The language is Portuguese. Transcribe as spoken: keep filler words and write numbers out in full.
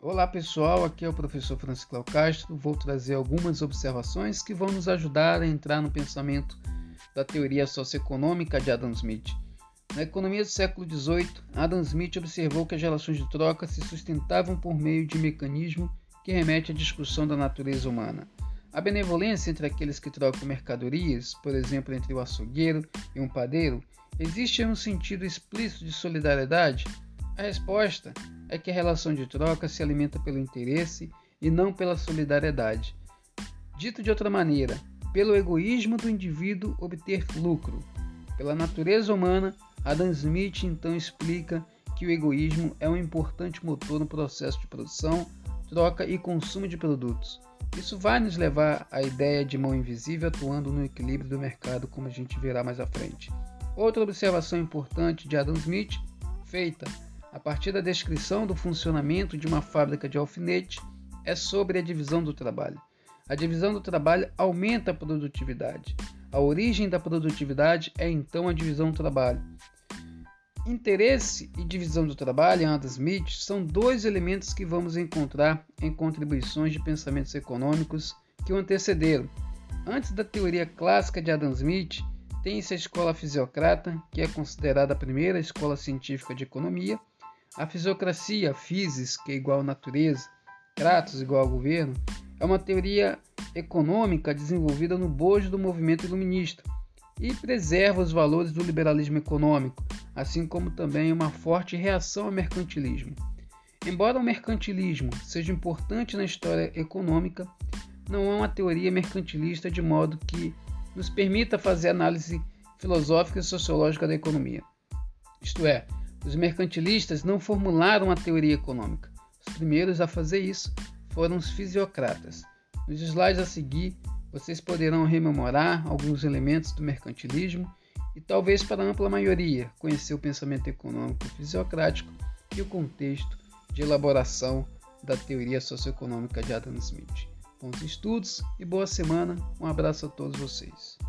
Olá pessoal, aqui é o professor Francisco Castro. Vou trazer algumas observações que vão nos ajudar a entrar no pensamento da teoria socioeconômica de Adam Smith. Na economia do século dezoito, Adam Smith observou que as relações de troca se sustentavam por meio de mecanismo que remete à discussão da natureza humana. A benevolência entre aqueles que trocam mercadorias, por exemplo, entre o açougueiro e um padeiro, existe em um sentido explícito de solidariedade? A resposta é que a relação de troca se alimenta pelo interesse e não pela solidariedade. Dito de outra maneira, pelo egoísmo do indivíduo obter lucro. Pela natureza humana, Adam Smith então explica que o egoísmo é um importante motor no processo de produção, troca e consumo de produtos. Isso vai nos levar à ideia de mão invisível atuando no equilíbrio do mercado, como a gente verá mais à frente. Outra observação importante de Adam Smith, feita a partir da descrição do funcionamento de uma fábrica de alfinete, é sobre a divisão do trabalho. A divisão do trabalho aumenta a produtividade. A origem da produtividade é então a divisão do trabalho. Interesse e divisão do trabalho, em Adam Smith, são dois elementos que vamos encontrar em contribuições de pensamentos econômicos que o antecederam. Antes da teoria clássica de Adam Smith, tem-se a escola fisiocrata, que é considerada a primeira escola científica de economia. A fisiocracia, physis, que é igual à natureza, kratos igual ao governo, é uma teoria econômica desenvolvida no bojo do movimento iluminista e preserva os valores do liberalismo econômico, assim como também uma forte reação ao mercantilismo. Embora o mercantilismo seja importante na história econômica, não é uma teoria mercantilista de modo que nos permita fazer análise filosófica e sociológica da economia. Isto é, os mercantilistas não formularam a teoria econômica. Os primeiros a fazer isso foram os fisiocratas. Nos slides a seguir, vocês poderão rememorar alguns elementos do mercantilismo e, talvez para a ampla maioria, conhecer o pensamento econômico fisiocrático e o contexto de elaboração da teoria socioeconômica de Adam Smith. Bons estudos e boa semana. Um abraço a todos vocês.